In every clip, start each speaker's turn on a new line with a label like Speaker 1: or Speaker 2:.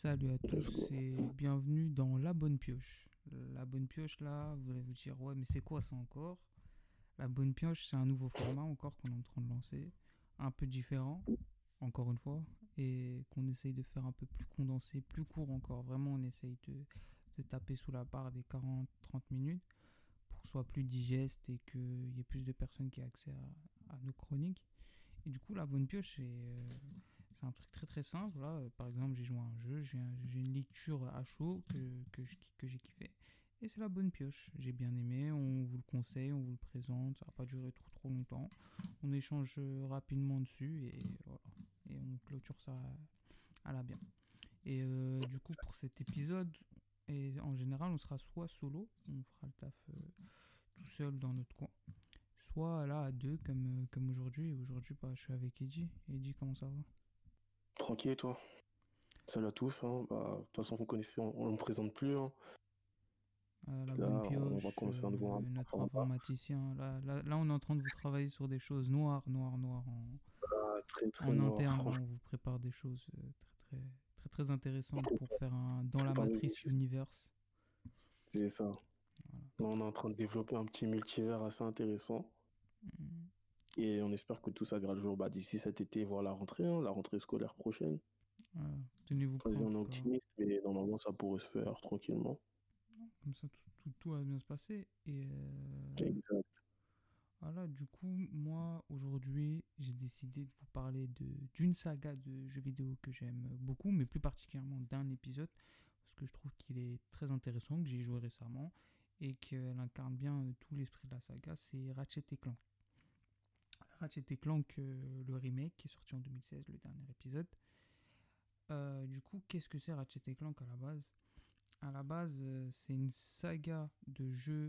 Speaker 1: Salut à
Speaker 2: Let's
Speaker 1: tous
Speaker 2: go.
Speaker 1: et bienvenue dans La Bonne Pioche. La Bonne Pioche, là, vous allez vous dire, ouais, mais c'est quoi ça encore? La Bonne Pioche, c'est un nouveau format encore qu'on est en train de lancer, un peu différent, encore une fois, et qu'on essaye de faire un peu plus condensé, plus court encore. Vraiment, on essaye de taper sous la barre des 40-30 minutes pour que ce soit plus digeste et qu'il y ait plus de personnes qui aient accès à nos chroniques. Et du coup, La Bonne Pioche, c'est un truc très très simple. Là, par exemple, j'ai joué à un jeu, j'ai une lecture à chaud que j'ai kiffé. Et c'est La Bonne Pioche. J'ai bien aimé, on vous le conseille, on vous le présente. Ça va pas durer trop trop longtemps. On échange rapidement dessus et voilà. Et on clôture ça à la bien. Et du coup, pour cet épisode, et en général, on sera soit solo, on fera le taf tout seul dans notre coin, soit là à deux comme aujourd'hui. Aujourd'hui, bah, je suis avec Eddie. Eddie, comment ça va?
Speaker 2: Tranquille, et toi? Salut à tous. De toute façon, vous connaissez, on ne me présente plus.
Speaker 1: La bonne
Speaker 2: Là, on va
Speaker 1: pioche,
Speaker 2: commencer un nouveau
Speaker 1: notre
Speaker 2: format.
Speaker 1: informaticien. Là, on est en train de vous travailler sur des choses noires, noires, noires
Speaker 2: Très, très
Speaker 1: en
Speaker 2: noir.
Speaker 1: interne. Là,
Speaker 2: Franchement,
Speaker 1: on vous prépare des choses très, très, très, très intéressantes pour faire un dans la
Speaker 2: préparez-vous
Speaker 1: matrice
Speaker 2: juste.
Speaker 1: universe.
Speaker 2: C'est ça.
Speaker 1: Voilà.
Speaker 2: Là, on est en train de développer un petit multivers assez intéressant.
Speaker 1: Mm.
Speaker 2: Et on espère que tout ça verra le jour d'ici cet été, voire la rentrée scolaire prochaine.
Speaker 1: Voilà. Tenez-vous prêts
Speaker 2: Vas-y,
Speaker 1: en
Speaker 2: on
Speaker 1: tout
Speaker 2: est
Speaker 1: cas.
Speaker 2: optimiste, mais normalement, ça pourrait se faire tranquillement.
Speaker 1: Comme ça, tout va bien se passer. Et
Speaker 2: Exact.
Speaker 1: voilà, du coup, moi, aujourd'hui, j'ai décidé de vous parler d'une saga de jeux vidéo que j'aime beaucoup, mais plus particulièrement d'un épisode, parce que je trouve qu'il est très intéressant, que j'ai joué récemment, et qu'elle incarne bien tout l'esprit de la saga, c'est Ratchet et Clank. Ratchet et Clank, le remake, qui est sorti en 2016, le dernier épisode. Du coup, qu'est-ce que c'est Ratchet et Clank à la base? À la base, c'est une saga de jeux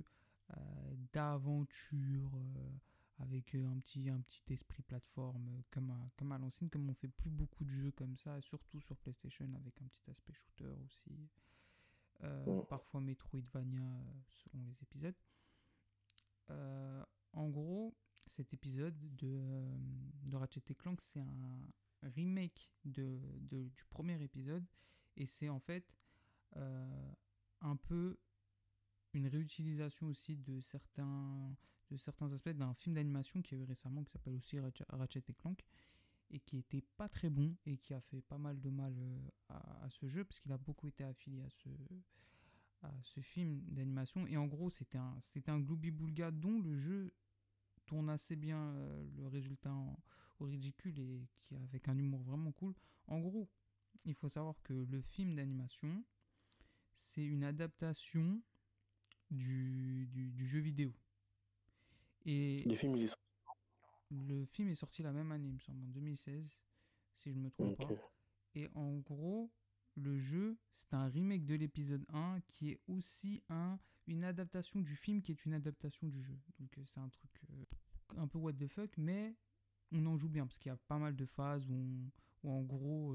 Speaker 1: d'aventure avec un petit esprit plateforme comme à l'ancienne, comme on fait plus beaucoup de jeux comme ça, surtout sur PlayStation avec un petit aspect shooter aussi.
Speaker 2: Mm.
Speaker 1: Parfois Metroidvania selon les épisodes. En gros, cet épisode de Ratchet Clank, c'est un remake du premier épisode et c'est en fait euh, un peu une réutilisation aussi de certains aspects d'un film d'animation qui y a eu récemment qui s'appelle aussi Ratchet Clank et qui était pas très bon et qui a fait pas mal de mal à ce jeu parce qu'il a beaucoup été affilié à ce film d'animation et en gros c'était un Glooby-Boulga dont le jeu tourne assez bien le résultat au ridicule et qui avec un humour vraiment cool. En gros, il faut savoir que le film d'animation c'est une adaptation du jeu vidéo. Et
Speaker 2: Le film, il est sorti.
Speaker 1: le film est sorti la même année, il me semble, en 2016, si je ne me trompe pas.
Speaker 2: Ok.
Speaker 1: Et en gros, le jeu, c'est un remake de l'épisode 1 qui est aussi une adaptation du film qui est une adaptation du jeu. Donc c'est un truc un peu what the fuck, mais on en joue bien parce qu'il y a pas mal de phases où en gros,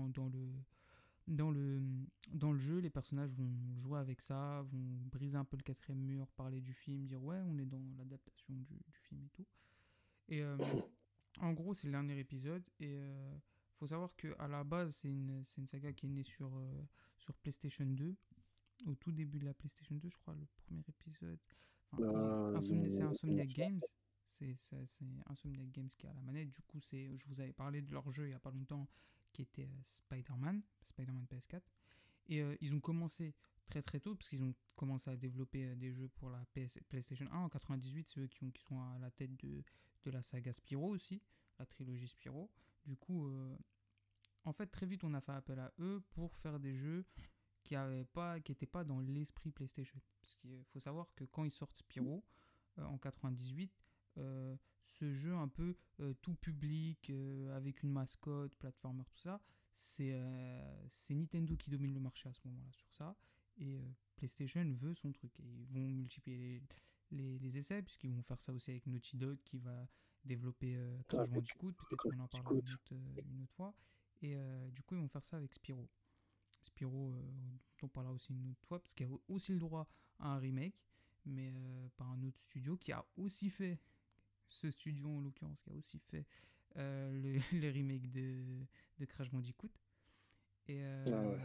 Speaker 1: dans le, dans le jeu, les personnages vont jouer avec ça, vont briser un peu le quatrième mur, parler du film, dire ouais, on est dans l'adaptation du film et tout. Et en gros, c'est le dernier épisode. Et faut savoir qu'à la base, c'est une saga qui est née sur PlayStation 2. Au tout début de la PlayStation 2, je crois, le premier épisode. Enfin, c'est Insomniac Games. C'est Insomniac Games qui a la manette. Du coup, je vous avais parlé de leur jeu il n'y a pas longtemps qui était Spider-Man PS4. Et ils ont commencé très très tôt, parce qu'ils ont commencé à développer des jeux pour la PlayStation 1 en 98, c'est eux qui sont à la tête de la saga Spyro aussi, la trilogie Spyro. Du coup, en fait, très vite, on a fait appel à eux pour faire des jeux qui n'étaient pas dans l'esprit PlayStation. Parce qu'il faut savoir que quand ils sortent Spyro, en 98, ce jeu un peu tout public, avec une mascotte, platformer, tout ça, c'est Nintendo qui domine le marché à ce moment-là sur ça. Et PlayStation veut son truc. Et ils vont multiplier les essais, puisqu'ils vont faire ça aussi avec Naughty Dog, qui va développer Crash
Speaker 2: Avec
Speaker 1: Bandicoot. Peut-être
Speaker 2: Crash
Speaker 1: qu'on en parlera
Speaker 2: Bandicoot.
Speaker 1: une autre fois. Et du coup, ils vont faire ça avec Spyro. Spyro, dont on parlera aussi une autre fois, parce qu'il y a aussi le droit à un remake, mais par un autre studio qui a aussi fait, ce studio en l'occurrence, qui a aussi fait le remake de Crash Bandicoot. Et
Speaker 2: Ah ouais.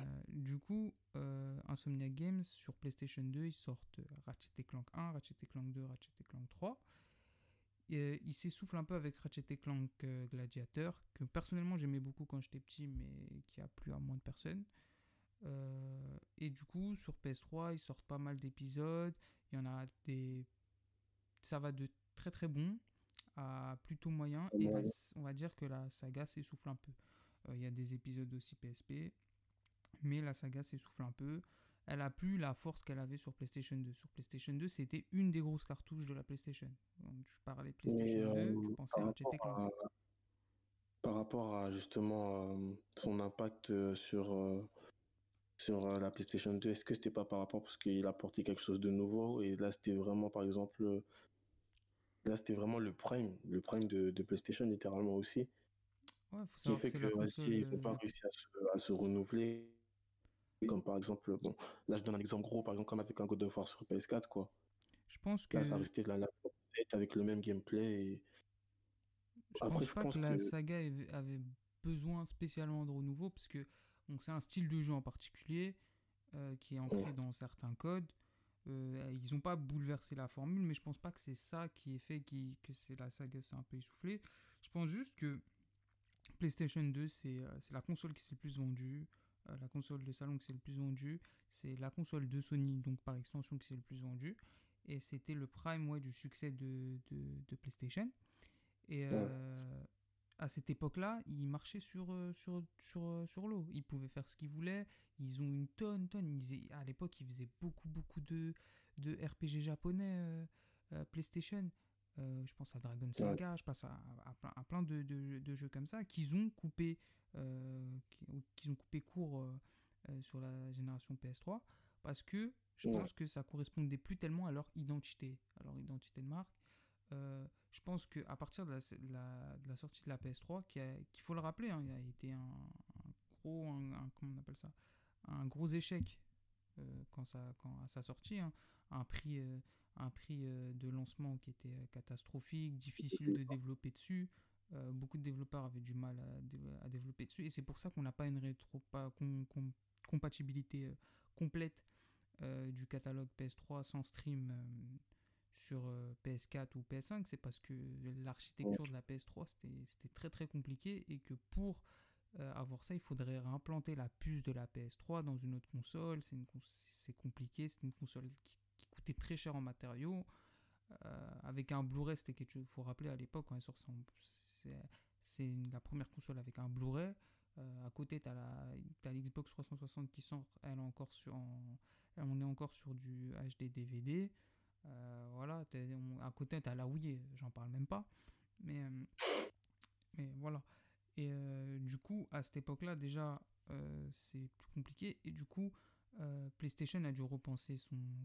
Speaker 1: du coup, Insomniac Games, sur PlayStation 2, ils sortent Ratchet et Clank 1, Ratchet et Clank 2, Ratchet et Clank 3. Et, ils s'essoufflent un peu avec Ratchet et Clank Gladiator, que personnellement j'aimais beaucoup quand j'étais petit, mais qui a plu à moins de personnes. Et du coup, sur PS3, ils sortent pas mal d'épisodes. Il y en a des. Ça va de très très bon à plutôt moyen. Et là,
Speaker 2: Ouais.
Speaker 1: on va dire que la saga s'essouffle un peu. Il y a des épisodes aussi PSP, mais la saga s'essouffle un peu. Elle a plus la force qu'elle avait sur PlayStation 2. Sur PlayStation 2, c'était une des grosses cartouches de la PlayStation. Donc, je parlais PlayStation
Speaker 2: Mais
Speaker 1: 2, je pensais
Speaker 2: par
Speaker 1: à Ratchet
Speaker 2: rapport
Speaker 1: et Clank.
Speaker 2: à, par rapport à justement son impact sur la PlayStation 2, est-ce que c'était pas par rapport parce qu'il apportait quelque chose de nouveau et là c'était vraiment par exemple là c'était vraiment le prime de PlayStation littéralement aussi,
Speaker 1: Ouais, faut
Speaker 2: qui
Speaker 1: savoir que
Speaker 2: fait
Speaker 1: c'est
Speaker 2: que
Speaker 1: la
Speaker 2: vas-y,
Speaker 1: console.
Speaker 2: ils n'ont pas réussi à se renouveler comme par exemple bon là je donne un exemple gros par exemple comme avec un God of War sur PS4 quoi.
Speaker 1: Je pense
Speaker 2: Là ça
Speaker 1: que
Speaker 2: restait la recette avec le même gameplay et
Speaker 1: je
Speaker 2: après
Speaker 1: pense
Speaker 2: je
Speaker 1: pas
Speaker 2: pense
Speaker 1: que la
Speaker 2: que
Speaker 1: saga avait besoin spécialement de renouveau parce que bon, c'est un style de jeu en particulier qui est
Speaker 2: bon,
Speaker 1: ancré dans certains codes. Ils n'ont pas bouleversé la formule, mais je pense pas que c'est ça qui est fait que c'est la saga s'est un peu essoufflée. Je pense juste que PlayStation 2, c'est la console qui s'est le plus vendue, la console de salon qui s'est le plus vendue, c'est la console de Sony, donc par extension, qui s'est le plus vendue. Et c'était le prime ouais, du succès de PlayStation. Et
Speaker 2: ouais,
Speaker 1: à cette époque-là, ils marchaient sur l'eau. Ils pouvaient faire ce qu'ils voulaient. Ils ont une tonne. À l'époque, ils faisaient beaucoup de RPG japonais PlayStation. Je pense à Dragon
Speaker 2: ouais,
Speaker 1: Saga, je pense à plein de jeux comme ça qu'ils ont coupé, qu'ils ont coupé court sur la génération PS3 parce que je
Speaker 2: ouais,
Speaker 1: pense que ça correspondait plus tellement à leur identité de marque. Je pense qu'à partir de la sortie de la PS3, qu'il faut le rappeler, hein, il a été comment on appelle ça, un gros échec quand à sa sortie, hein, un prix, euh, un prix de lancement qui était catastrophique, difficile de développer dessus. Beaucoup de développeurs avaient du mal à développer dessus et c'est pour ça qu'on n'a pas une compatibilité complète du catalogue PS3 sans stream sur PS4 ou PS5, c'est parce que
Speaker 2: ouais,
Speaker 1: l'architecture de la PS3 c'était très très compliqué et que pour avoir ça, il faudrait réimplanter la puce de la PS3 dans une autre console. C'est compliqué, c'était une console qui coûtait très cher en matériaux. Avec un Blu-ray, c'était quelque chose, il faut rappeler à l'époque quand elle sort, c'est la première console avec un Blu-ray. À côté, t'as l'Xbox 360 qui sort, on est encore sur du HD DVD. Voilà, à côté, t'as la Wii, j'en parle même pas. Mais, euh, mais voilà. Et du coup, à cette époque-là, déjà, c'est plus compliqué. Et du coup, PlayStation a dû repenser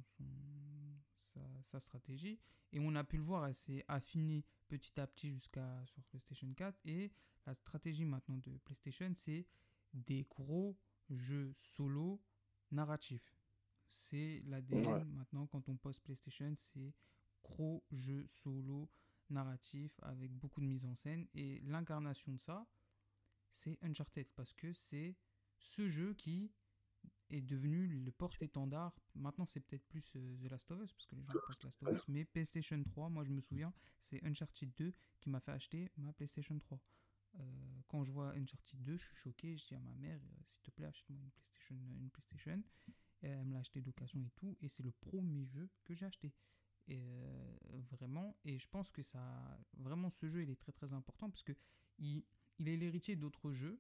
Speaker 1: sa stratégie. Et on a pu le voir, elle s'est affinée petit à petit jusqu'à sur PlayStation 4. Et la stratégie maintenant de PlayStation, c'est des gros jeux solo narratifs. C'est
Speaker 2: ouais,
Speaker 1: l'ADN maintenant quand on poste PlayStation, c'est gros jeux solo narratifs avec beaucoup de mise en scène. Et l'incarnation de ça, c'est Uncharted parce que c'est ce jeu qui est devenu le porte-étendard. Maintenant, c'est peut-être plus The Last of Us parce que les gens passent Last of
Speaker 2: ouais,
Speaker 1: Us, mais PlayStation 3, moi je me souviens, c'est Uncharted 2 qui m'a fait acheter ma PlayStation 3. Quand je vois Uncharted 2, je suis choqué. Je dis à ma mère, s'il te plaît, achète-moi une PlayStation. Une PlayStation. Et elle me l'a acheté d'occasion et tout. Et c'est le premier jeu que j'ai acheté. Et vraiment, et je pense que ça, vraiment, ce jeu, il est très très important parce que il est l'héritier d'autres jeux.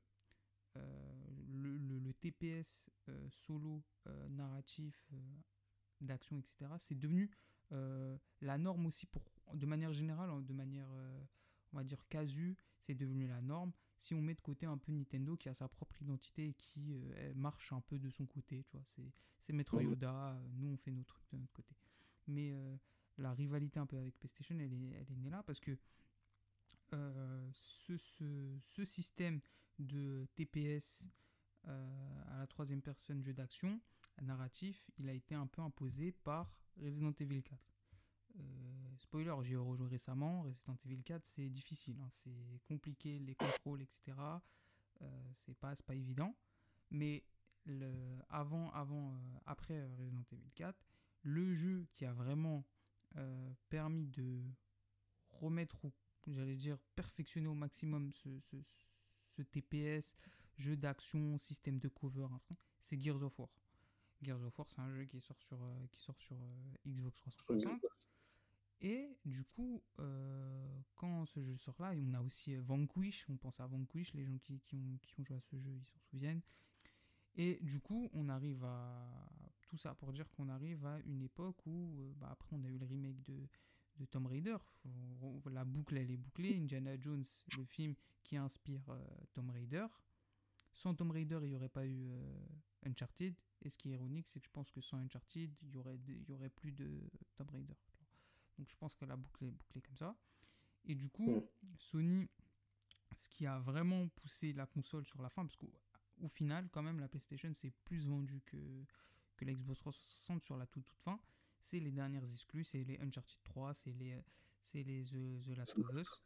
Speaker 1: Le TPS solo narratif d'action, etc. C'est devenu la norme aussi de manière générale, de manière, on va dire, casu, c'est devenu la norme. Si on met de côté un peu Nintendo qui a sa propre identité et qui marche un peu de son côté, tu vois, c'est Maître
Speaker 2: ouais,
Speaker 1: Yoda, nous on fait nos trucs de notre côté. Mais la rivalité un peu avec PlayStation, elle est née là parce que ce système de TPS à la troisième personne jeu d'action narratif, il a été un peu imposé par Resident Evil 4. Spoiler, j'y ai rejoué récemment. Resident Evil 4, c'est difficile, hein, c'est compliqué, les contrôles, etc. C'est pas évident. Mais après Resident Evil 4, le jeu qui a vraiment permis de remettre, j'allais dire, perfectionner au maximum ce TPS, jeu d'action, système de cover, c'est Gears of War. Gears of War, c'est un jeu qui sort sur Xbox 360. Et du coup, quand ce jeu sort là, on a aussi Vanquish, on pense à Vanquish, les gens qui ont joué à ce jeu, ils s'en souviennent. Et du coup, on arrive à... Tout ça pour dire qu'on arrive à une époque où, après, on a eu le remake de Tomb Raider. La boucle, elle est bouclée. Indiana Jones, le film qui inspire Tomb Raider. Sans Tomb Raider, il n'y aurait pas eu Uncharted. Et ce qui est ironique, c'est que je pense que sans Uncharted, il y aurait plus de Tomb Raider. Donc je pense que la boucle est bouclée comme ça. Et du coup, Sony, ce qui a vraiment poussé la console sur la fin, parce qu'au final, quand même, la PlayStation s'est plus vendue que la Xbox 360 sur la toute fin. C'est les dernières exclus, c'est les Uncharted 3, c'est les The Last of Us.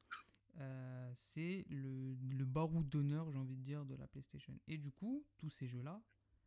Speaker 1: C'est le baroud d'honneur, j'ai envie de dire, de la PlayStation. Et du coup, tous ces jeux-là,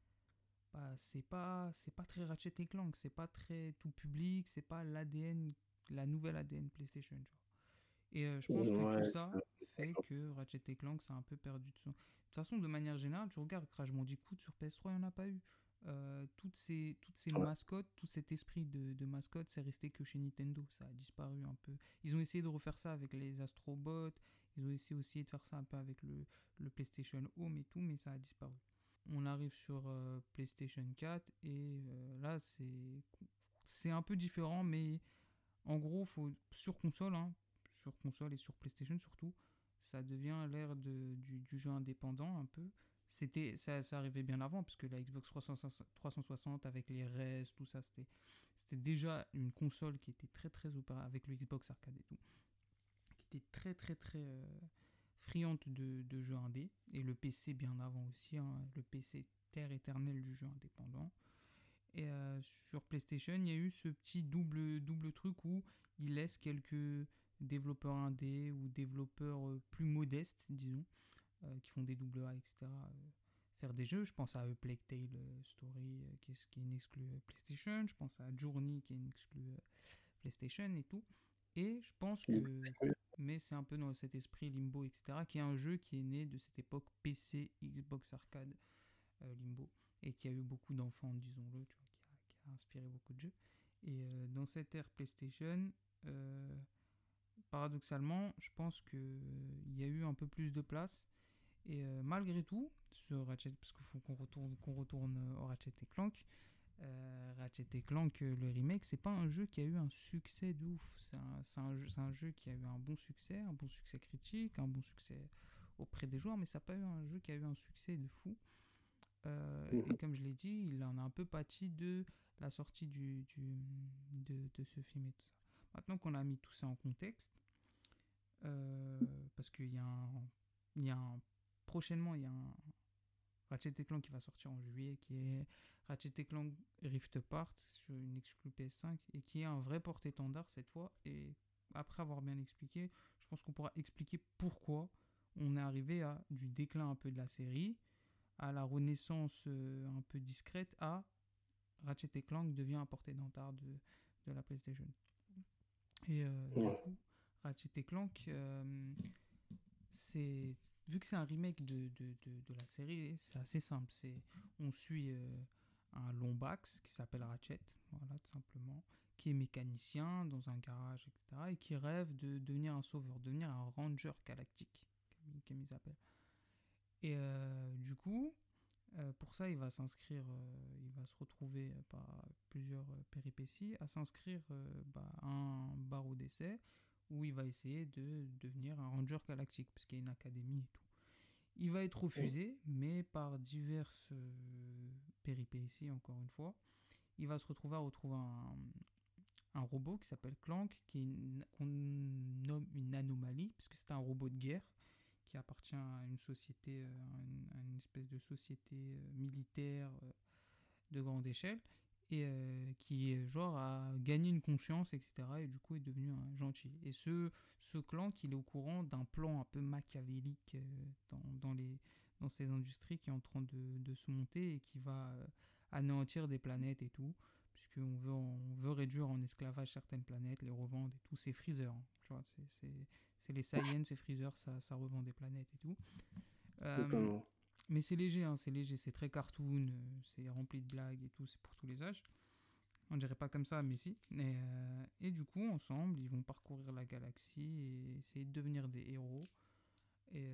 Speaker 1: c'est pas très Ratchet & Clank, c'est pas très tout public, c'est pas l'ADN, la nouvelle ADN PlayStation, tu vois. Et je pense que tout ça fait que Ratchet & Clank s'est un peu perdu de son... De toute façon, de manière générale, tu regardes Crash Bandicoot sur PS3, il n'y en a pas eu. Toutes ces mascottes, tout cet esprit de mascotte, c'est resté que chez Nintendo. Ça a disparu un peu. Ils ont essayé de refaire ça avec les Astrobots. Ils ont essayé aussi de faire ça un peu avec le PlayStation Home et tout, mais ça a disparu. On arrive sur PlayStation 4 et là, c'est un peu différent, mais en gros, sur console, sur console et sur PlayStation surtout, ça devient l'ère du jeu indépendant un peu. Ça arrivait bien avant, parce que la Xbox 360 avec les RES, tout ça, c'était déjà une console qui était très très avec le Xbox Arcade et tout, qui était très très très friande de jeux indés, et le PC bien avant aussi, le PC terre éternelle du jeu indépendant. Et sur PlayStation, il y a eu ce petit double truc où il laisse quelques développeurs indés ou développeurs plus modestes, disons, qui font des AA, etc., faire des jeux. Je pense à Plague Tale Story, qui est une exclue PlayStation. Je pense à Journey, qui est une exclue PlayStation et tout. Et je pense que... Mais c'est un peu dans cet esprit Limbo, etc., qui est un jeu qui est né de cette époque PC, Xbox Arcade, Limbo, et qui a eu beaucoup d'enfants, disons-le, tu vois, qui a inspiré beaucoup de jeux. Et dans cette ère PlayStation, paradoxalement, je pense qu'il y a eu un peu plus de place. Et malgré tout, sur Ratchet, parce qu'il faut qu'on retourne au Ratchet & Clank, Ratchet & Clank, le remake, c'est pas un jeu qui a eu un succès de ouf. C'est un jeu qui a eu un bon succès critique, un bon succès auprès des joueurs, mais ça n'a pas eu un jeu qui a eu un succès de fou. Et comme je l'ai dit, il en a un peu pâti de la sortie de ce film et tout ça. Maintenant qu'on a mis tout ça en contexte, parce qu'il y a prochainement, il y a un Ratchet & Clank qui va sortir en juillet, qui est Ratchet & Clank Rift Apart sur une exclue PS5, et qui est un vrai porte-étendard cette fois. Et après avoir bien expliqué, je pense qu'on pourra expliquer pourquoi on est arrivé à du déclin un peu de la série, à la renaissance un peu discrète, à Ratchet & Clank devient un porte-étendard de la PlayStation. Et du coup, Ratchet & Clank, vu que c'est un remake de la série, c'est assez simple. On suit un Lombax qui s'appelle Ratchet, voilà, tout simplement, qui est mécanicien dans un garage, etc., et qui rêve de devenir un sauveur, devenir un ranger galactique, comme ils appellent. Et du coup, pour ça, il va se retrouver par plusieurs péripéties à s'inscrire à un barreau d'essai où il va essayer de devenir un ranger galactique, parce qu'il y a une académie et tout. Il va être refusé, mais par diverses péripéties, encore une fois, il va se retrouver à retrouver un robot qui s'appelle Clank, qu'on nomme une anomalie, parce que c'est un robot de guerre qui appartient à une société, à une espèce de société militaire de grande échelle, et qui genre a gagné une conscience, etc., et du coup est devenu un gentil. Et ce clan qu'il est au courant d'un plan un peu machiavélique dans ces industries qui est en train de se monter et qui va anéantir des planètes et tout, on veut réduire en esclavage certaines planètes, les revendre et tout. C'est Freezer, hein, tu vois, c'est les Saiyans, c'est Freezer, ça revend des planètes et tout. Euh,
Speaker 2: Totalement.
Speaker 1: mais c'est léger, hein, c'est très cartoon, c'est rempli de blagues et tout, c'est pour tous les âges. On dirait pas comme ça, mais si. Et du coup, ensemble, ils vont parcourir la galaxie et essayer de devenir des héros. Et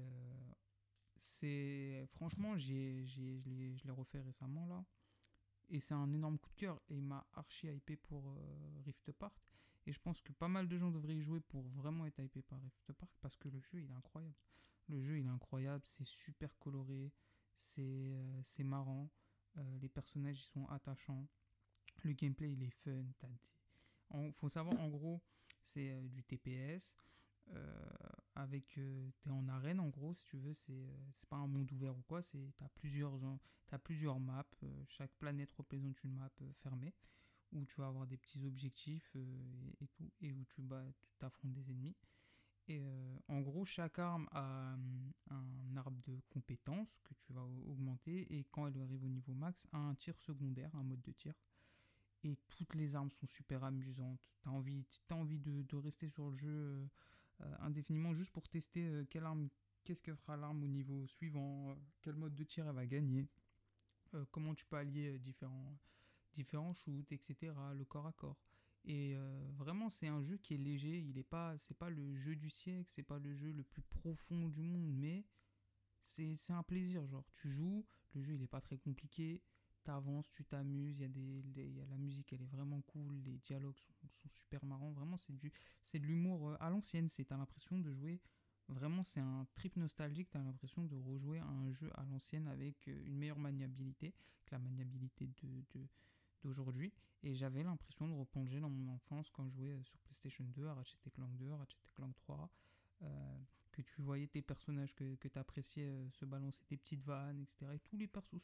Speaker 1: c'est franchement, je l'ai refait récemment là. Et c'est un énorme coup de cœur. Et il m'a archi hypé pour Rift Apart. Et je pense que pas mal de gens devraient y jouer pour vraiment être hypé par Rift Apart parce que le jeu il est incroyable. Le jeu il est incroyable, c'est super coloré, c'est marrant. Les personnages ils sont attachants. Le gameplay il est fun. Faut savoir en gros, c'est du TPS. euh, T'es en arène en gros si tu veux, c'est pas un monde ouvert ou quoi, t'as plusieurs maps, chaque planète représente une map fermée où tu vas avoir des petits objectifs et tout, et où tu t'affrontes des ennemis. Et en gros, chaque arme a un arbre de compétences que tu vas augmenter, et quand elle arrive au niveau max, a un tir secondaire, un mode de tir. Et toutes les armes sont super amusantes. T'as envie de rester sur le jeu indéfiniment juste pour tester qu'est-ce que fera l'arme au niveau suivant, quel mode de tir elle va gagner, comment tu peux allier différents shoots, etc., le corps à corps. Et vraiment, c'est un jeu qui est léger. C'est pas le jeu du siècle, c'est pas le jeu le plus profond du monde, mais c'est un plaisir. Genre, tu joues, le jeu il est pas très compliqué, t'avances, tu t'amuses, la musique elle est vraiment cool, les dialogues sont super marrants. Vraiment, c'est de l'humour à l'ancienne. T'as l'impression de jouer. Vraiment, c'est un trip nostalgique. T'as l'impression de rejouer à un jeu à l'ancienne avec une meilleure maniabilité que la maniabilité d'aujourd'hui. Et j'avais l'impression de replonger dans mon enfance quand je jouais sur PlayStation 2, à Ratchet Clank 2, à Ratchet Clank 3. Que tu voyais tes personnages que tu appréciais se balancer des petites vannes, etc. Et tous les persos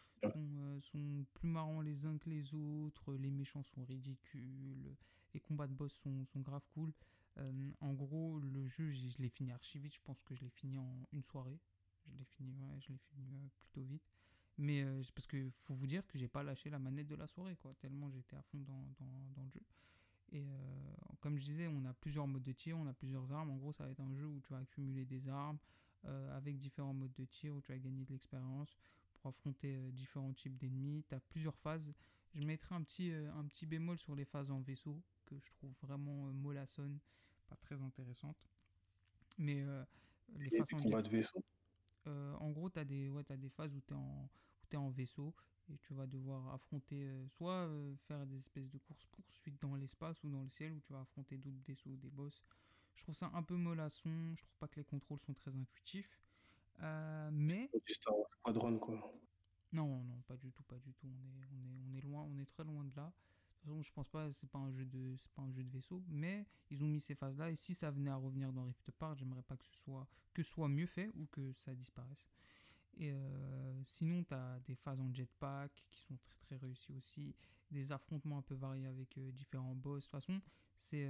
Speaker 1: sont plus marrants les uns que les autres, les méchants sont ridicules, les combats de boss sont grave cool. En gros, le jeu, je l'ai fini archi vite, je pense que je l'ai fini en une soirée. Je l'ai fini plutôt vite. Mais parce que faut vous dire que j'ai pas lâché la manette de la soirée, quoi, tellement j'étais à fond dans le jeu. Et comme je disais, on a plusieurs modes de tir, on a plusieurs armes. En gros, ça va être un jeu où tu vas accumuler des armes avec différents modes de tir, où tu vas gagner de l'expérience pour affronter différents types d'ennemis. Tu as plusieurs phases. Je mettrai un petit bémol sur les phases en vaisseau, que je trouve vraiment mollassonne, pas très intéressante. Mais les
Speaker 2: Et
Speaker 1: phases
Speaker 2: des
Speaker 1: en
Speaker 2: combats
Speaker 1: jet,
Speaker 2: de vaisseau.
Speaker 1: en gros, t'as des phases où t'es en vaisseau et tu vas devoir affronter, soit faire des espèces de courses-poursuites dans l'espace ou dans le ciel où tu vas affronter d'autres vaisseaux, des boss. Je trouve ça un peu mollasson, je trouve pas que les contrôles sont très intuitifs. Mais
Speaker 2: Du Star Wars Squadron, quoi.
Speaker 1: non, non, pas du tout, pas du tout. On est loin, on est très loin de là. De toute façon, je pense pas, c'est pas un jeu de vaisseau, mais ils ont mis ces phases-là et si ça venait à revenir dans Rift Apart, j'aimerais pas que ce soit mieux fait ou que ça disparaisse. Et sinon, tu as des phases en jetpack qui sont très très réussies aussi, des affrontements un peu variés avec différents boss. De toute façon, c'est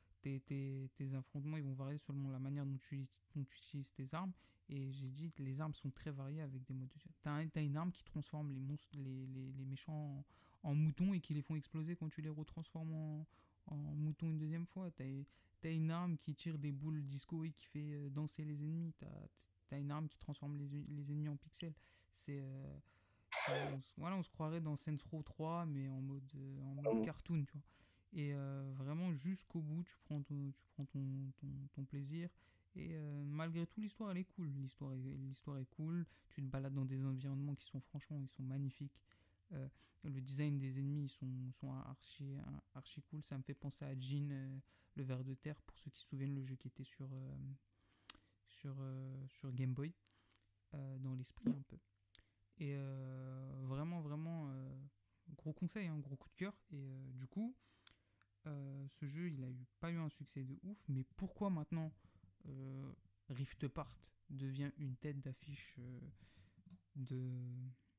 Speaker 1: tes affrontements ils vont varier selon la manière dont tu utilises tes armes. Et j'ai dit que les armes sont très variées avec des modes de tir. T'as une arme qui transforme les monstres, les méchants en moutons et qui les font exploser quand tu les retransformes en moutons une deuxième fois. T'as une arme qui tire des boules disco et qui fait danser les ennemis. T'as une arme qui transforme les ennemis en pixels. C'est. Voilà, on se croirait dans Saints Row 3, mais en mode
Speaker 2: Vraiment.
Speaker 1: cartoon, tu vois. Et vraiment, jusqu'au bout, tu prends ton plaisir. Et malgré tout, l'histoire, elle est cool. L'histoire est cool. Tu te balades dans des environnements qui sont, franchement, ils sont magnifiques. Le design des ennemis, sont archi cool. Ça me fait penser à Jean, le ver de terre, pour ceux qui se souviennent, le jeu qui était sur Game Boy, dans l'esprit un peu. Et vraiment, vraiment, gros conseil, hein, gros coup de cœur. Et du coup, ce jeu, il a pas eu un succès de ouf, mais pourquoi maintenant euh, Rift Apart devient une tête d'affiche de,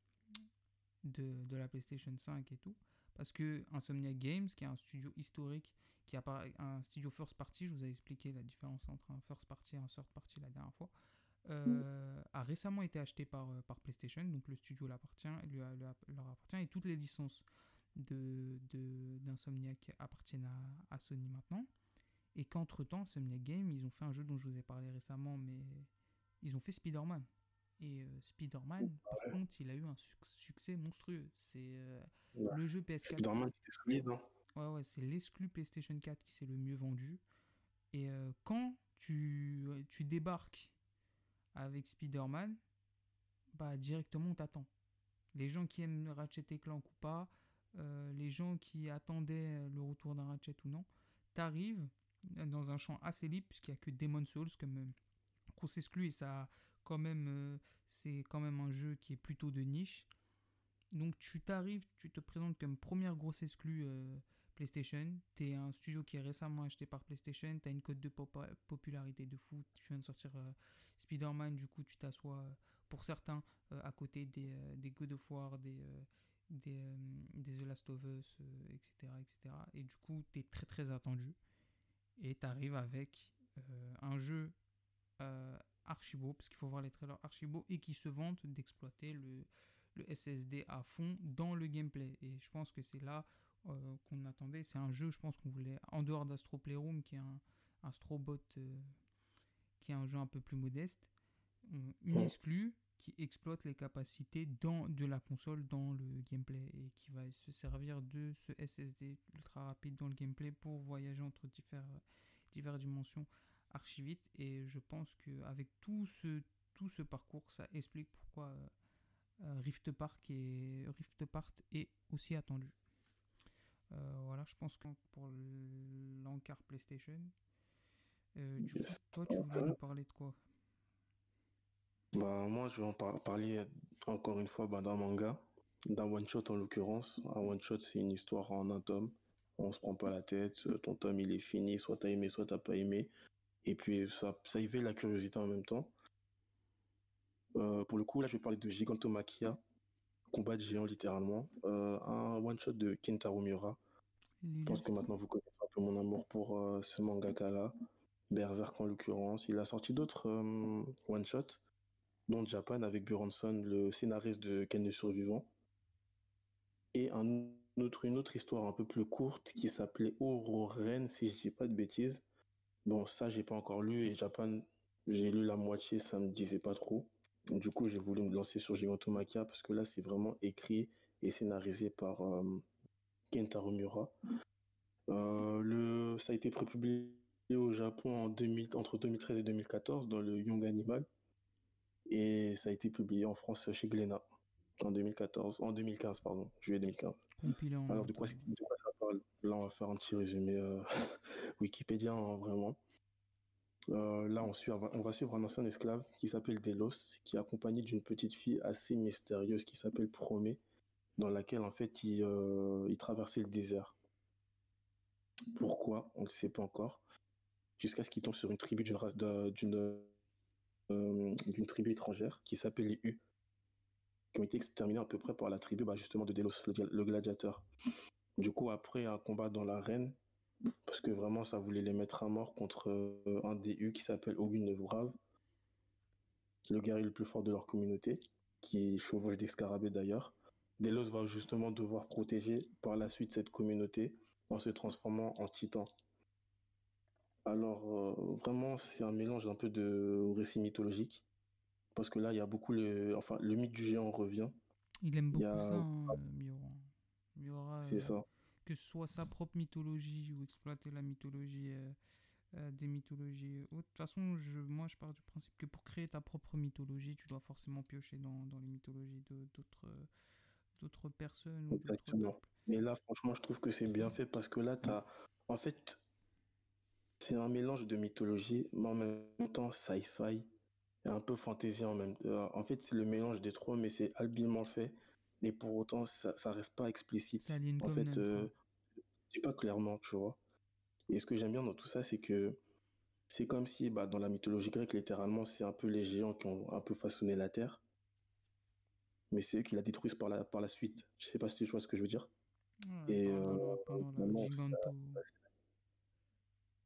Speaker 1: de la PlayStation 5 et tout? Parce que Insomniac Games, qui est un studio historique, qui a un studio first party, je vous ai expliqué la différence entre un first party et un third party la dernière fois, a récemment été acheté par PlayStation, donc le studio leur appartient et toutes les licences d'Insomniac appartiennent à Sony maintenant. Et qu'entre-temps, Insomniac Games, ils ont fait un jeu dont je vous ai parlé récemment, mais ils ont fait Spider-Man. Et Spider-Man, par contre, il a eu un succès monstrueux. C'est
Speaker 2: Ouais.
Speaker 1: le jeu PS4.
Speaker 2: Spider-Man, c'était solide, hein.
Speaker 1: Ouais, ouais, c'est l'exclu PlayStation 4 qui s'est le mieux vendu. Et quand tu débarques avec Spider-Man, bah directement on t'attend. Les gens qui aiment Ratchet et Clank ou pas, les gens qui attendaient le retour d'un Ratchet ou non, t'arrives dans un champ assez libre puisqu'il n'y a que Demon's Souls comme qu'on s'exclut et ça quand même c'est quand même un jeu qui est plutôt de niche. Donc tu t'arrives, tu te présentes comme première grosse exclue PlayStation. T'es un studio qui est récemment acheté par PlayStation. T'as une cote de popularité de fou. Tu viens de sortir Spider-Man, du coup tu t'assois pour certains à côté des God of War, des The Last of Us, etc., etc. Et du coup t'es très très attendu. Et t'arrives avec un jeu archi beau, parce qu'il faut voir les trailers archi beaux, et qui se vantent d'exploiter le SSD à fond dans le gameplay. Et je pense que c'est là qu'on attendait. C'est un jeu, je pense qu'on voulait, en dehors d'Astro Playroom, qui est un Astrobot, qui est un jeu un peu plus modeste, une
Speaker 2: Ouais.
Speaker 1: exclue qui exploite les capacités de la console dans le gameplay et qui va se servir de ce SSD ultra rapide dans le gameplay pour voyager entre diverses dimensions archi vite. Et je pense qu'avec tout ce parcours, ça explique pourquoi Rift Apart est aussi attendu. Voilà, je pense que pour l'encart PlayStation. Du coup,
Speaker 2: Yes.
Speaker 1: toi, tu voulais nous parler de quoi?
Speaker 2: Bah, moi, je vais parler encore une fois d'un manga, d'un one-shot en l'occurrence. Un one-shot, c'est une histoire en un tome. On se prend pas la tête. Ton tome, il est fini. Soit t'as aimé, soit t'as pas aimé. Et puis, ça éveille la curiosité en même temps. Pour le coup, là, je vais parler de Gigantomachia, combat de géant littéralement. Un one-shot de Kentaro Miura. Je pense que
Speaker 1: L'illustre.
Speaker 2: maintenant, vous connaissez un peu mon amour pour ce mangaka-là. Berserk en l'occurrence. Il a sorti d'autres one-shots, dont Japan avec Buronson, le scénariste de Ken le Survivant, et une autre histoire un peu plus courte qui s'appelait Ororen, si je dis pas de bêtises. Bon, ça, j'ai pas encore lu, et Japan, j'ai lu la moitié, ça me disait pas trop. Du coup, j'ai voulu me lancer sur Gigantomachia parce que là, c'est vraiment écrit et scénarisé par Kentaro Miura. Ça a été prépublié au Japon entre 2013 et 2014 dans le Young Animal. Et ça a été publié en France chez Glénat en 2015, pardon, juillet 2015.
Speaker 1: Compilé en
Speaker 2: Alors,
Speaker 1: même temps.
Speaker 2: de quoi ça parle? Là, on va faire un petit résumé Wikipédia, hein, vraiment. Là, on va suivre un ancien esclave qui s'appelle Delos, qui est accompagné d'une petite fille assez mystérieuse qui s'appelle Promé, dans laquelle, en fait, il traversait le désert. Pourquoi? On ne sait pas encore. Jusqu'à ce qu'il tombe sur une tribu d'une tribu étrangère qui s'appelle les U, qui ont été exterminés à peu près par la tribu justement de Delos, le gladiateur. Du coup, après un combat dans l'arène, parce que vraiment ça voulait les mettre à mort contre un des U qui s'appelle Ogun le Brave, le guerrier le plus fort de leur communauté, qui chevauche des scarabées d'ailleurs. Delos va justement devoir protéger par la suite cette communauté en se transformant en titan. Alors vraiment c'est un mélange un peu de récit mythologique, parce que là il y a beaucoup le mythe du géant revient.
Speaker 1: Il aime
Speaker 2: Il y
Speaker 1: beaucoup ça,
Speaker 2: a,
Speaker 1: hein, Miura. Miura,
Speaker 2: c'est ça.
Speaker 1: que ce soit sa propre mythologie ou exploiter la mythologie des mythologies autres. De toute façon, moi je pars du principe que pour créer ta propre mythologie, tu dois forcément piocher dans les mythologies d'autres personnes ou d'autres
Speaker 2: Exactement.
Speaker 1: peuples.
Speaker 2: Mais là, franchement, je trouve que c'est bien fait parce que là, en fait, c'est un mélange de mythologie, mais en même temps, sci-fi et un peu fantasy en même temps. En fait, c'est le mélange des trois, mais c'est habilement fait. Et pour autant, ça reste pas
Speaker 1: C'est
Speaker 2: explicite.
Speaker 1: Alien
Speaker 2: En fait,
Speaker 1: Covenant, quoi.
Speaker 2: je dis pas clairement, tu vois. Et ce que j'aime bien dans tout ça, c'est que c'est comme si, dans la mythologie grecque, littéralement, c'est un peu les géants qui ont un peu façonné la Terre, mais c'est eux qui la détruisent par la suite. Je sais pas si tu vois ce que je veux dire.
Speaker 1: Ouais,
Speaker 2: Et
Speaker 1: pendant la
Speaker 2: finalement,
Speaker 1: Giganto.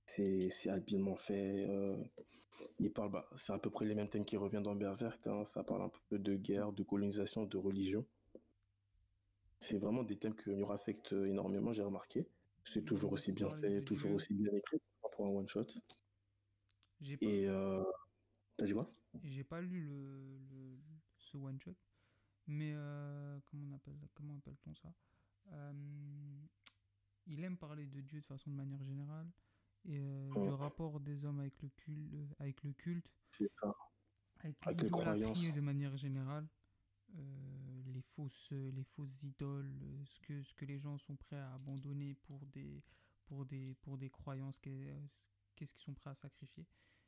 Speaker 2: c'est habilement fait. Il parle, bah, c'est à peu près les mêmes thèmes qui reviennent dans Berserk, hein. Ça parle un peu de guerre, de colonisation, de religion. C'est vraiment des thèmes que Miura affecte énormément, j'ai remarqué. C'est
Speaker 1: Bon,
Speaker 2: toujours
Speaker 1: vu
Speaker 2: aussi
Speaker 1: qu'on
Speaker 2: bien
Speaker 1: parlait
Speaker 2: fait,
Speaker 1: de
Speaker 2: toujours
Speaker 1: Dieu,
Speaker 2: aussi bien écrit pour un one-shot.
Speaker 1: j'ai pas,
Speaker 2: Et t'as dit quoi?
Speaker 1: j'ai pas lu ce one shot, mais comment appelle-t-on ça? Euh, il aime parler de Dieu de façon de manière générale et du
Speaker 2: Hum,
Speaker 1: rapport des hommes avec le culte,
Speaker 2: C'est ça.
Speaker 1: avec
Speaker 2: Avec les
Speaker 1: l'idolâtrie
Speaker 2: croyances.
Speaker 1: de manière générale, les fausses idoles, ce que les gens sont prêts à abandonner pour des croyances, qu'est-ce qu'ils sont prêts à sacrifier.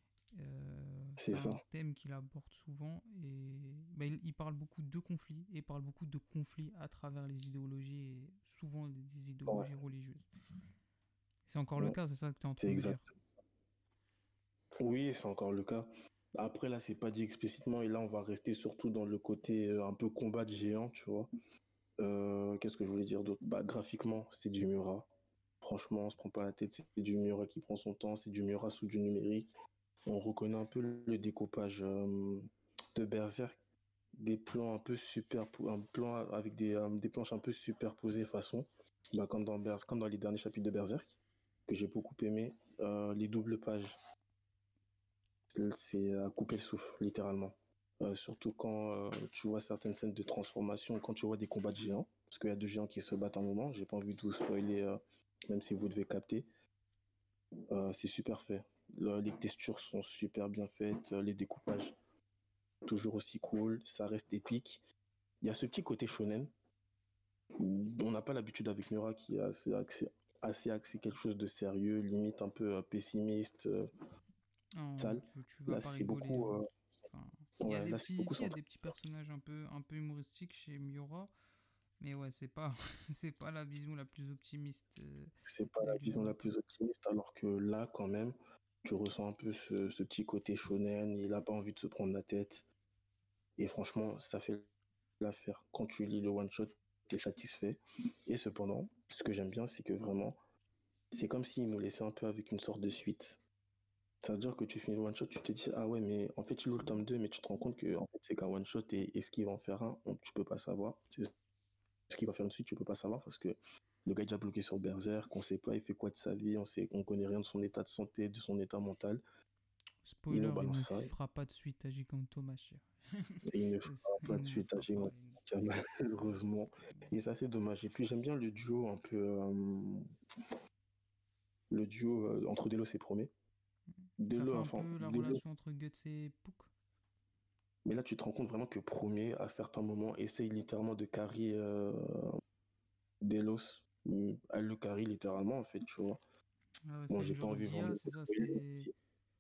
Speaker 1: C'est
Speaker 2: C'est ça.
Speaker 1: un thème qu'il aborde souvent et bah, il parle beaucoup de conflits et il parle beaucoup de conflits à travers les idéologies et souvent des
Speaker 2: Ouais.
Speaker 1: idéologies religieuses. C'est encore le
Speaker 2: Hum,
Speaker 1: cas, c'est ça que tu es en
Speaker 2: C'est
Speaker 1: train de me dire.
Speaker 2: exact. Oui, c'est encore le cas. Après, là, c'est pas dit explicitement, et là, on va rester surtout dans le côté un peu combat de géants, tu vois. Qu'est-ce que je voulais dire d'autre? Bah, graphiquement, c'est du Mura. Franchement, on se prend pas la tête, c'est du Mura qui prend son temps, c'est du Mura sous du numérique. On reconnaît un peu le découpage de Berserk, des plans un peu un plan avec des planches un peu superposées façon, bah, comme dans les derniers chapitres de Berserk, que j'ai beaucoup aimé. Les doubles pages, c'est à couper le souffle, littéralement. Surtout quand tu vois certaines scènes de transformation, quand tu vois des combats de géants, parce qu'il y a deux géants qui se battent à un moment, j'ai pas envie de vous spoiler, même si vous devez capter. C'est super fait. Les textures sont super bien faites, les découpages toujours aussi cool, ça reste épique. Il y a ce petit côté shonen, on n'a pas l'habitude avec Mura qui est assez axé quelque chose de sérieux, limite un peu pessimiste,
Speaker 1: Non,
Speaker 2: sale.
Speaker 1: tu vas
Speaker 2: Là,
Speaker 1: pas
Speaker 2: c'est
Speaker 1: rigoler,
Speaker 2: beaucoup,
Speaker 1: hein. Enfin,
Speaker 2: ouais, là, c'est beaucoup
Speaker 1: il y a
Speaker 2: centré.
Speaker 1: des petits personnages un peu humoristiques chez Miura, mais ouais, c'est pas, c'est pas la vision la plus optimiste
Speaker 2: C'est pas
Speaker 1: de
Speaker 2: la vision la
Speaker 1: l'univers.
Speaker 2: plus optimiste, alors que là, quand même, tu ressens un peu ce petit côté shonen, il a pas envie de se prendre la tête. Et franchement, ça fait l'affaire. Quand tu lis le one-shot, tu es satisfait. Et cependant, ce que j'aime bien, c'est que vraiment, c'est comme s'il nous laissait un peu avec une sorte de suite. Ça veut dire que tu finis le one-shot, tu te dis, ah ouais, mais en fait, il ouvre le tome 2, mais tu te rends compte que en fait, c'est qu'un one-shot et ce qu'il va en faire un, tu peux pas savoir. Ce qu'il va faire une suite, tu peux pas savoir parce que le gars est déjà bloqué sur Berserk, on sait pas, il fait quoi de sa vie, on connaît rien de son état de santé, de son état mental. Il nous
Speaker 1: Spoiler, il
Speaker 2: balance
Speaker 1: ne
Speaker 2: ça
Speaker 1: fera pas de suite à Giganto, ma chère.
Speaker 2: et il ne fera pas
Speaker 1: Il
Speaker 2: de
Speaker 1: ne
Speaker 2: suite à
Speaker 1: fera pas.
Speaker 2: Gigant, malheureusement. Et c'est assez dommage. Et puis j'aime bien le duo un peu, le duo entre Delos et Promé.
Speaker 1: Ça fait
Speaker 2: Delos,
Speaker 1: un
Speaker 2: enfin,
Speaker 1: peu la
Speaker 2: Delos.
Speaker 1: relation entre Guts et Puck.
Speaker 2: Mais là, tu te rends compte vraiment que Promé, à certains moments, essaye littéralement de carry Delos. Elle le carry littéralement, en fait, tu vois.
Speaker 1: Ah ouais,
Speaker 2: Bon,
Speaker 1: c'est
Speaker 2: j'ai
Speaker 1: une
Speaker 2: pas
Speaker 1: genre
Speaker 2: envie vraiment
Speaker 1: d'IA,
Speaker 2: de
Speaker 1: c'est ça,
Speaker 2: spoiler, même si-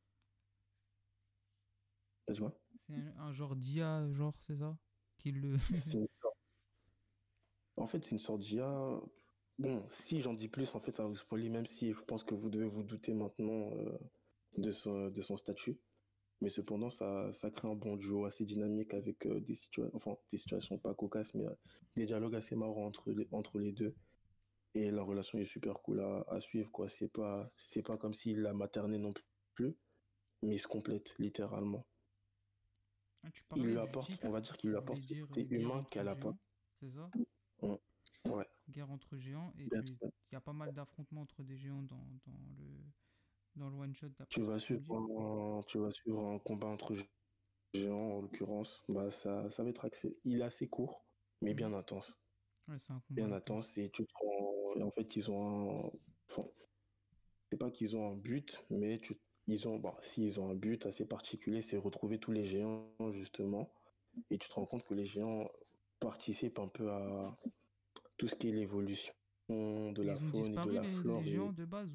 Speaker 2: tu vois.
Speaker 1: c'est un genre d'IA, genre, c'est ça qui le.
Speaker 2: C'est une sorte- En fait, c'est une sorte d'IA. Bon, si j'en dis plus, en fait, ça va vous spoiler, même si je pense que vous devez vous douter maintenant de son statut. Mais cependant, ça crée un bon duo assez dynamique avec des situations pas cocasses, mais des dialogues assez marrants entre les deux. Et la relation est super cool à suivre, quoi. C'est pas comme s'il la maternait non plus, mais ils se complètent littéralement.
Speaker 1: Ah, tu
Speaker 2: Il
Speaker 1: parlais
Speaker 2: lui
Speaker 1: du
Speaker 2: apporte, on
Speaker 1: titre
Speaker 2: va dire qu'il
Speaker 1: qui
Speaker 2: lui
Speaker 1: voulait
Speaker 2: apporte ce
Speaker 1: dire
Speaker 2: côté
Speaker 1: guerre
Speaker 2: humain
Speaker 1: entre
Speaker 2: qu'elle a pas.
Speaker 1: géants, c'est ça?
Speaker 2: Mm. Ouais,
Speaker 1: Guerre entre géants, et
Speaker 2: bien
Speaker 1: il
Speaker 2: sûr.
Speaker 1: y a pas mal d'affrontements entre des géants dans le one shot, d'après
Speaker 2: Tu
Speaker 1: ce que
Speaker 2: vas
Speaker 1: tu me
Speaker 2: suivre
Speaker 1: dis.
Speaker 2: tu vas suivre un combat entre géants, en l'occurrence. Bah, ça va être il est assez court, mais
Speaker 1: Mhm.
Speaker 2: bien intense.
Speaker 1: Ouais, c'est un combat
Speaker 2: Bien
Speaker 1: intense.
Speaker 2: intense, et et en fait, ils ont enfin, c'est pas qu'ils ont un but, mais bon, si ils ont un but assez particulier, c'est retrouver tous les géants, justement. Et tu te rends compte que les géants participent un peu à tout ce qui est l'évolution de
Speaker 1: Et
Speaker 2: la
Speaker 1: ils ont
Speaker 2: faune et de
Speaker 1: disparu,
Speaker 2: la
Speaker 1: les
Speaker 2: flore.
Speaker 1: géants
Speaker 2: Et
Speaker 1: de base,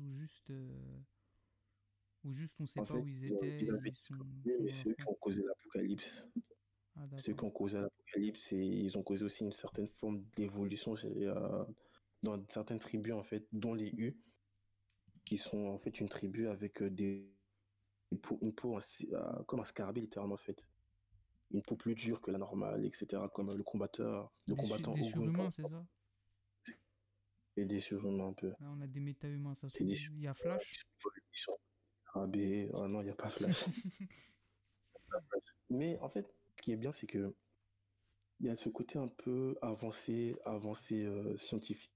Speaker 1: ou juste on sait
Speaker 2: en
Speaker 1: pas
Speaker 2: fait,
Speaker 1: où ils étaient,
Speaker 2: ils avaient
Speaker 1: ils
Speaker 2: disparu,
Speaker 1: sont
Speaker 2: mais
Speaker 1: dans
Speaker 2: c'est
Speaker 1: leur
Speaker 2: eux
Speaker 1: coin.
Speaker 2: qui ont causé l'apocalypse.
Speaker 1: Ah,
Speaker 2: C'est eux
Speaker 1: d'accord.
Speaker 2: qui ont causé l'apocalypse, et ils ont causé aussi une certaine forme d'évolution dans certaines tribus, en fait, dont les Hu, qui sont en fait une tribu avec une peau comme un scarabée, littéralement, en fait. Une peau plus dure que la normale, etc. Comme le combattant
Speaker 1: Des
Speaker 2: Ogun, par
Speaker 1: surhumains, c'est
Speaker 2: exemple.
Speaker 1: ça?
Speaker 2: Et des surhumains un peu.
Speaker 1: Là, on a des méta-humains.
Speaker 2: C'est des
Speaker 1: Il y a Flash.
Speaker 2: sont AB. Oh non, il n'y a pas Flash. Mais en fait, ce qui est bien, c'est que il y a ce côté un peu avancé scientifique,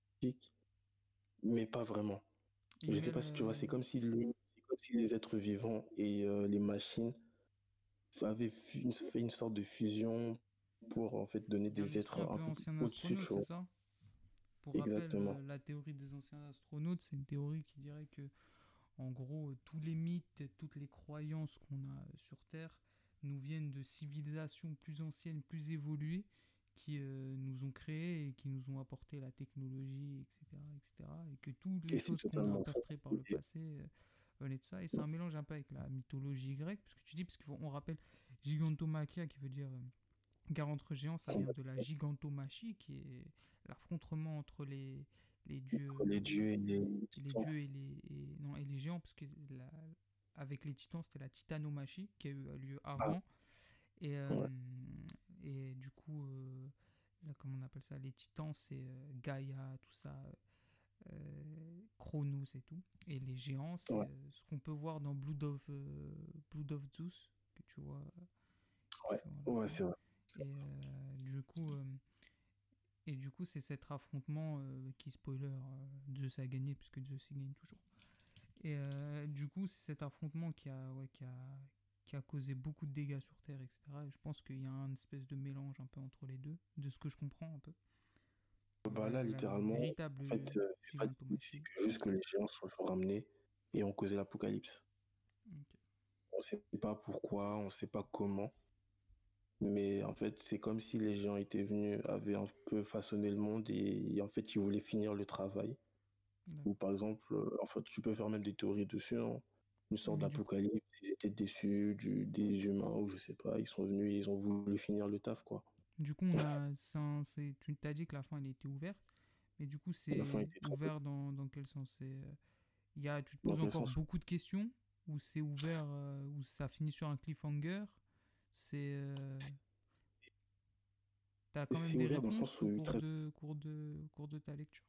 Speaker 2: mais pas vraiment.
Speaker 1: Ils
Speaker 2: Je sais
Speaker 1: mêlent
Speaker 2: pas si tu vois, c'est comme si les êtres vivants et les machines avaient fait une sorte de fusion pour en fait donner
Speaker 1: un
Speaker 2: des
Speaker 1: esprit
Speaker 2: êtres
Speaker 1: un
Speaker 2: un
Speaker 1: peu
Speaker 2: peu plus
Speaker 1: ancien
Speaker 2: au-dessus,
Speaker 1: astronaute,
Speaker 2: tu
Speaker 1: c'est
Speaker 2: vois.
Speaker 1: ça? Pour rappel,
Speaker 2: Exactement.
Speaker 1: la théorie des anciens astronautes, c'est une théorie qui dirait que, en gros, tous les mythes, toutes les croyances qu'on a sur Terre nous viennent de civilisations plus anciennes, plus évoluées, qui nous ont créés et qui nous ont apporté la technologie, etc., etc. Et que toutes les
Speaker 2: Et c'est
Speaker 1: choses qu'on a
Speaker 2: totalement ça.
Speaker 1: orchestrées par le passé venaient de ça. Et c'est un mélange un peu avec la mythologie grecque, parce que tu dis, parce qu'on rappelle Gigantomachia, qui veut dire guerre entre géants, ça vient de la gigantomachie, qui est l'affrontement entre les dieux,
Speaker 2: Les dieux et les
Speaker 1: les
Speaker 2: titans.
Speaker 1: dieux non, et les géants, parce que avec les titans, c'était la titanomachie qui a eu lieu
Speaker 2: Ah,
Speaker 1: avant. Et,
Speaker 2: ouais,
Speaker 1: et du coup, là, comment on appelle ça? Les titans, c'est Gaïa, tout ça, Chronos et tout. Et les géants, c'est
Speaker 2: ouais,
Speaker 1: ce qu'on peut voir dans Blood of Zeus, que tu vois,
Speaker 2: ouais,
Speaker 1: à la
Speaker 2: ouais,
Speaker 1: fin.
Speaker 2: c'est vrai.
Speaker 1: Et du coup, c'est cet affrontement qui, spoiler, Zeus a gagné, puisque Zeus il gagne toujours. Et du coup, c'est cet affrontement qui a causé beaucoup de dégâts sur Terre, etc. Et je pense qu'il y a une espèce de mélange un peu entre les deux, de ce que je comprends un peu.
Speaker 2: Bah là,
Speaker 1: La
Speaker 2: littéralement,
Speaker 1: véritable
Speaker 2: en fait, c'est pas c'est
Speaker 1: gigantomachie.
Speaker 2: que juste que les géants se sont ramenés et ont causé l'apocalypse.
Speaker 1: Ok.
Speaker 2: On sait pas pourquoi, on sait pas comment, mais en fait, c'est comme si les géants étaient venus, avaient un peu façonné le monde et en fait, ils voulaient finir le travail. Ou
Speaker 1: D'accord.
Speaker 2: par exemple, en fait, tu peux faire même des théories dessus, hein. Une sorte
Speaker 1: Mais du coup,
Speaker 2: d'apocalypse, ils étaient déçus des humains ou je sais pas, ils sont venus et ils ont voulu finir le taf, quoi.
Speaker 1: on a, tu t'as dit que la fin elle était ouverte, mais du coup
Speaker 2: La fin
Speaker 1: c'est
Speaker 2: était trop
Speaker 1: ouvert dans quel sens? Tu te
Speaker 2: dans
Speaker 1: poses
Speaker 2: quel
Speaker 1: encore
Speaker 2: sens?
Speaker 1: beaucoup de questions, ou c'est ouvert, ou ça finit sur un cliffhanger? C'est T'as quand même
Speaker 2: C'est
Speaker 1: des
Speaker 2: ouvert dans le
Speaker 1: réponses
Speaker 2: sens où il traite.
Speaker 1: au cours de ta lecture?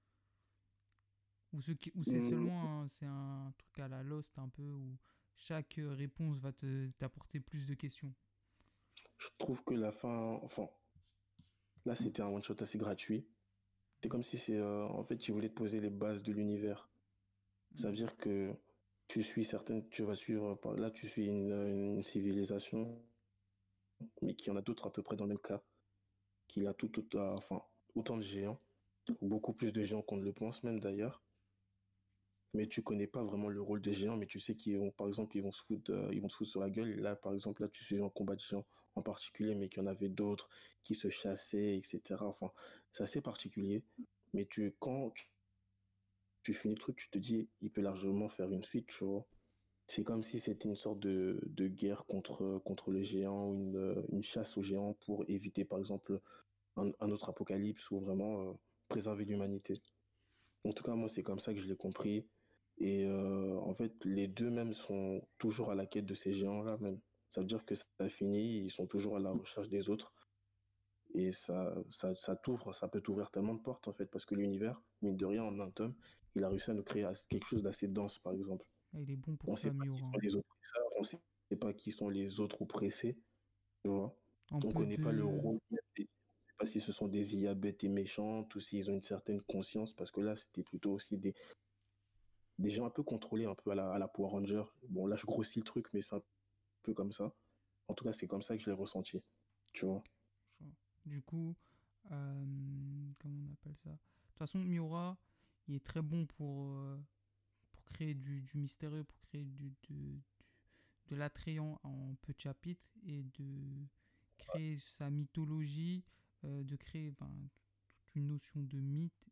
Speaker 1: Ou c'est
Speaker 2: Hmm,
Speaker 1: seulement c'est un truc à la Lost un peu, où chaque réponse va t'apporter plus de questions?
Speaker 2: je trouve que la fin, enfin, là, c'était un one-shot assez gratuit. C'est comme si en fait, ils voulaient te poser les bases de l'univers. Ça veut
Speaker 1: Ok.
Speaker 2: dire que tu vas suivre, là, tu suis une civilisation, mais qu'il y en a d'autres à peu près dans le même cas, qu'il y a enfin, autant de géants, beaucoup plus de géants qu'on ne le pense même d'ailleurs. Mais tu connais pas vraiment le rôle des géants, mais tu sais qu'ils vont, par exemple, ils vont se foutre sur la gueule. Là, par exemple, là, tu suis un combat de géants en particulier, mais qu'il y en avait d'autres qui se chassaient, etc. Enfin, c'est assez particulier. Mais quand tu finis le truc, tu te dis, il peut largement faire une suite, tu vois. C'est comme si c'était une sorte de guerre contre les géants, ou une chasse aux géants pour éviter, par exemple, un autre apocalypse ou vraiment préserver l'humanité. En tout cas, moi, c'est comme ça que je l'ai compris. Et en fait, les deux même sont toujours à la quête de ces géants-là même. Ça veut dire que ça a fini, ils sont toujours à la recherche des autres. Et ça peut t'ouvrir tellement de portes, en fait, parce que l'univers, mine de rien, en un tome, il a réussi à nous créer quelque chose d'assez dense, par exemple.
Speaker 1: Ah, il est bon pour
Speaker 2: On ne sait
Speaker 1: ça,
Speaker 2: pas qui
Speaker 1: Miura,
Speaker 2: sont
Speaker 1: hein.
Speaker 2: les oppresseurs, on ne sait pas qui sont les autres oppressés, tu vois.
Speaker 1: Un
Speaker 2: On ne
Speaker 1: peu
Speaker 2: connaît pas le
Speaker 1: de.
Speaker 2: rôle on ne sait pas si ce sont des IA bêtes et méchantes ou s'ils ont une certaine conscience, parce que là, c'était plutôt aussi des gens un peu contrôlés, un peu à la Power Ranger. Bon, là, je grossis le truc, mais c'est un peu comme ça. En tout cas, c'est comme ça que je l'ai ressenti, tu vois.
Speaker 1: Du coup, comment on appelle ça? De toute façon, Miura, il est très bon pour créer du mystérieux, pour créer de l'attrayant en peu de chapitres, et de créer sa mythologie, de créer toute une notion de mythe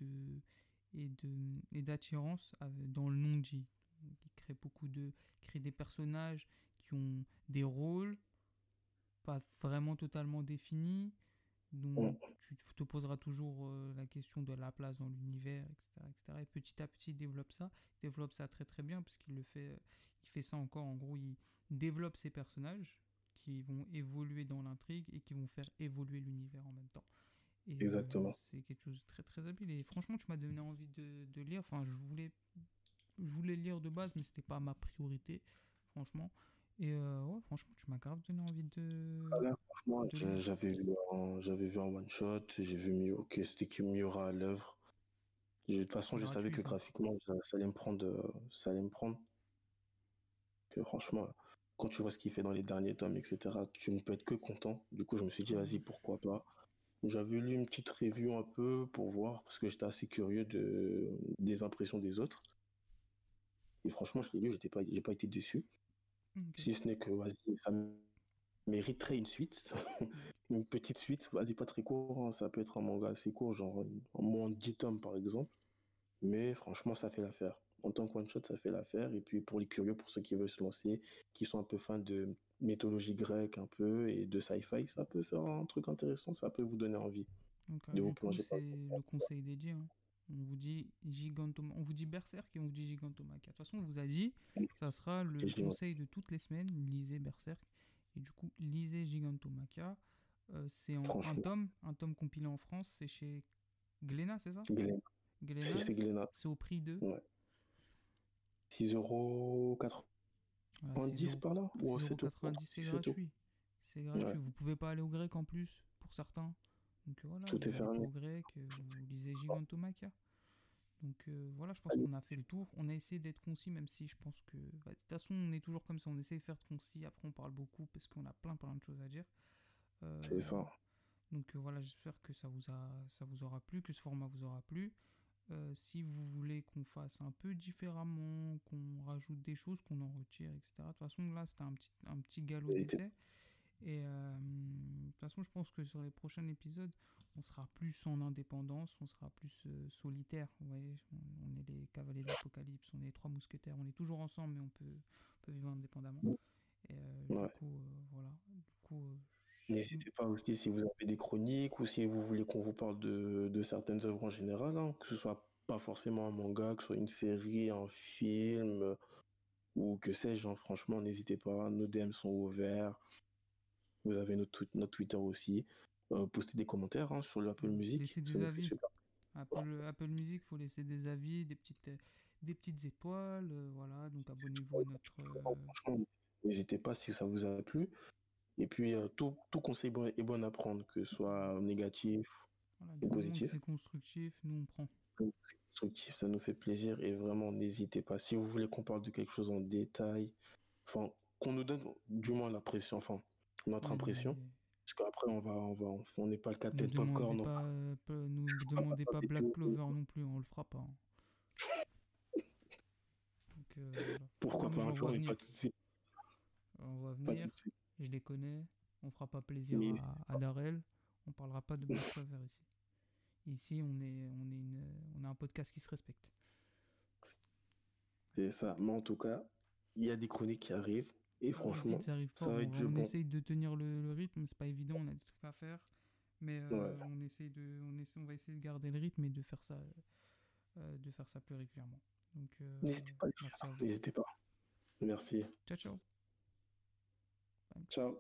Speaker 1: et d'attirance dans le non-dit. Donc, il crée des personnages qui ont des rôles pas vraiment totalement définis, dont
Speaker 2: Mm,
Speaker 1: tu te poseras toujours la question de la place dans l'univers, etc., etc. Et petit à petit, il développe ça très très bien, parce qu'il il fait ça encore. En gros, il développe ses personnages qui vont évoluer dans l'intrigue et qui vont faire évoluer l'univers en même temps. Et
Speaker 2: exactement.
Speaker 1: c'est quelque chose de très très habile. Et franchement, tu m'as donné envie de lire. Enfin, je voulais le lire de base, mais c'était pas ma priorité, franchement. Et ouais, franchement, tu m'as grave donné envie
Speaker 2: Là, franchement,
Speaker 1: de lire.
Speaker 2: j'avais vu un one shot, j'ai vu que c'était que Miura à l'œuvre. De toute façon,
Speaker 1: C'est
Speaker 2: je savais
Speaker 1: gratuit,
Speaker 2: que
Speaker 1: ça.
Speaker 2: graphiquement, ça allait me prendre, ça allait me prendre. Que franchement, quand tu vois ce qu'il fait dans les derniers tomes, etc., tu ne peux être que content. Du coup, je me suis dit,
Speaker 1: Ouais,
Speaker 2: vas-y, pourquoi pas. J'avais lu une petite review un peu pour voir, parce que j'étais assez curieux des impressions des autres. Et franchement, je l'ai lu, j'ai pas été déçu.
Speaker 1: ok.
Speaker 2: Si ce n'est que, vas-y, ça mériterait une suite. Une petite suite, vas-y, pas très court, hein, ça peut être un manga assez court, genre en moins de 10 tomes par exemple. Mais franchement, ça fait l'affaire. En tant que one-shot, ça fait l'affaire. Et puis pour les curieux, pour ceux qui veulent se lancer, qui sont un peu fans de mythologie grecque un peu et de sci-fi, ça peut faire un truc intéressant, ça peut vous donner envie
Speaker 1: Donc,
Speaker 2: de vous
Speaker 1: du coup,
Speaker 2: plonger par
Speaker 1: c'est le conseil dédié, hein. On vous dit Berserk et on vous dit Gigantomachia. De toute façon, on vous a dit, ça sera
Speaker 2: le
Speaker 1: le conseil de toutes les semaines. Lisez Berserk. Et du coup, lisez Gigantomachia. C'est en
Speaker 2: Franchement,
Speaker 1: un tome compilé en France. C'est chez Glénat, c'est ça?
Speaker 2: Glénat.
Speaker 1: Glénat.
Speaker 2: C'est Glénat.
Speaker 1: C'est au prix de
Speaker 2: Ouais. 6,90 €
Speaker 1: voilà, 6 euros.
Speaker 2: par là? Ou 7 €,
Speaker 1: 6,90 €, c'est
Speaker 2: 7 €.
Speaker 1: gratuit. C'est
Speaker 2: Ouais,
Speaker 1: gratuit. Vous pouvez pas aller au grec en plus, pour certains. Donc voilà,
Speaker 2: tout est
Speaker 1: vous allez pas
Speaker 2: fermé.
Speaker 1: au grec, vous lisez Gigantomachia. Donc voilà, je pense qu'on a fait le tour. On a essayé d'être concis, même si je pense que... bah, de toute façon, on est toujours comme ça. On essaie de faire concis. Après, on parle beaucoup parce qu'on a plein de choses à dire.
Speaker 2: C'est
Speaker 1: Euh,
Speaker 2: ça.
Speaker 1: donc voilà, j'espère que ça vous aura plu, que ce format vous aura plu. Si vous voulez qu'on fasse un peu différemment, qu'on rajoute des choses, qu'on en retire, etc. De toute façon, là, c'était un petit galop
Speaker 2: N'hésitez
Speaker 1: d'essai. Et de toute façon, je pense que sur les prochains épisodes, on sera plus en indépendance, on sera plus solitaire. Vous voyez, on est les cavaliers de l'Apocalypse, on est les trois mousquetaires, on est toujours ensemble, mais on peut vivre indépendamment. Et du
Speaker 2: Ouais.
Speaker 1: coup, voilà. Du coup,
Speaker 2: N'hésitez pas aussi si vous avez des chroniques ou si vous voulez qu'on vous parle de certaines œuvres en général, hein, que ce soit pas forcément un manga, que ce soit une série, un film ou que sais-je, hein, franchement, n'hésitez pas. Nos DM sont ouverts. Vous avez notre Twitter aussi. Postez des commentaires hein, sur l'Apple
Speaker 1: voilà.
Speaker 2: Music,
Speaker 1: Laissez
Speaker 2: ça
Speaker 1: des
Speaker 2: nous fait
Speaker 1: avis.
Speaker 2: super.
Speaker 1: Apple Music, faut laisser des avis, des petites étoiles, voilà. Donc abonnez-vous à notre,
Speaker 2: Franchement, n'hésitez pas si ça vous a plu. Et puis, tout conseil est bon à prendre, que ce soit négatif
Speaker 1: voilà,
Speaker 2: ou
Speaker 1: du moment que
Speaker 2: positif.
Speaker 1: c'est constructif, nous on prend.
Speaker 2: Tout c'est constructif, ça nous fait plaisir et vraiment, n'hésitez pas. Si vous voulez qu'on parle de quelque chose en détail, enfin, qu'on nous donne du moins l'impression, enfin, notre
Speaker 1: Ouais,
Speaker 2: impression, parce qu'après, on n'est pas le
Speaker 1: nous
Speaker 2: Captain
Speaker 1: demandez
Speaker 2: Popcorn, on
Speaker 1: pas, nous
Speaker 2: va pas
Speaker 1: demandez
Speaker 2: faire
Speaker 1: pas
Speaker 2: des
Speaker 1: Black
Speaker 2: théories.
Speaker 1: Clover non plus, on le fera pas, hein. Donc voilà.
Speaker 2: Pourquoi
Speaker 1: Ah mais
Speaker 2: pas un
Speaker 1: on va
Speaker 2: jour, mais
Speaker 1: venir,
Speaker 2: pas tout de suite.
Speaker 1: on va
Speaker 2: Pas tout
Speaker 1: venir.
Speaker 2: de suite.
Speaker 1: Je les connais. On fera pas plaisir
Speaker 2: Mais
Speaker 1: à Darrell. On parlera pas de Black Clover ici. Ici, on est un podcast qui se respecte.
Speaker 2: c'est ça. Mais en tout cas, il y a des chroniques qui arrivent et
Speaker 1: Ça arrive vite,
Speaker 2: franchement,
Speaker 1: ça arrive
Speaker 2: ça
Speaker 1: fort.
Speaker 2: va être du
Speaker 1: On
Speaker 2: bon.
Speaker 1: essaye de tenir le rythme, c'est pas évident, on a des trucs à faire. Mais
Speaker 2: Ouais.
Speaker 1: on va essayer de garder le rythme et de faire ça plus régulièrement. Donc,
Speaker 2: N'hésitez pas à le
Speaker 1: merci à
Speaker 2: faire.
Speaker 1: vous.
Speaker 2: N'hésitez pas. Merci.
Speaker 1: Ciao, ciao. Bye.
Speaker 2: Ciao.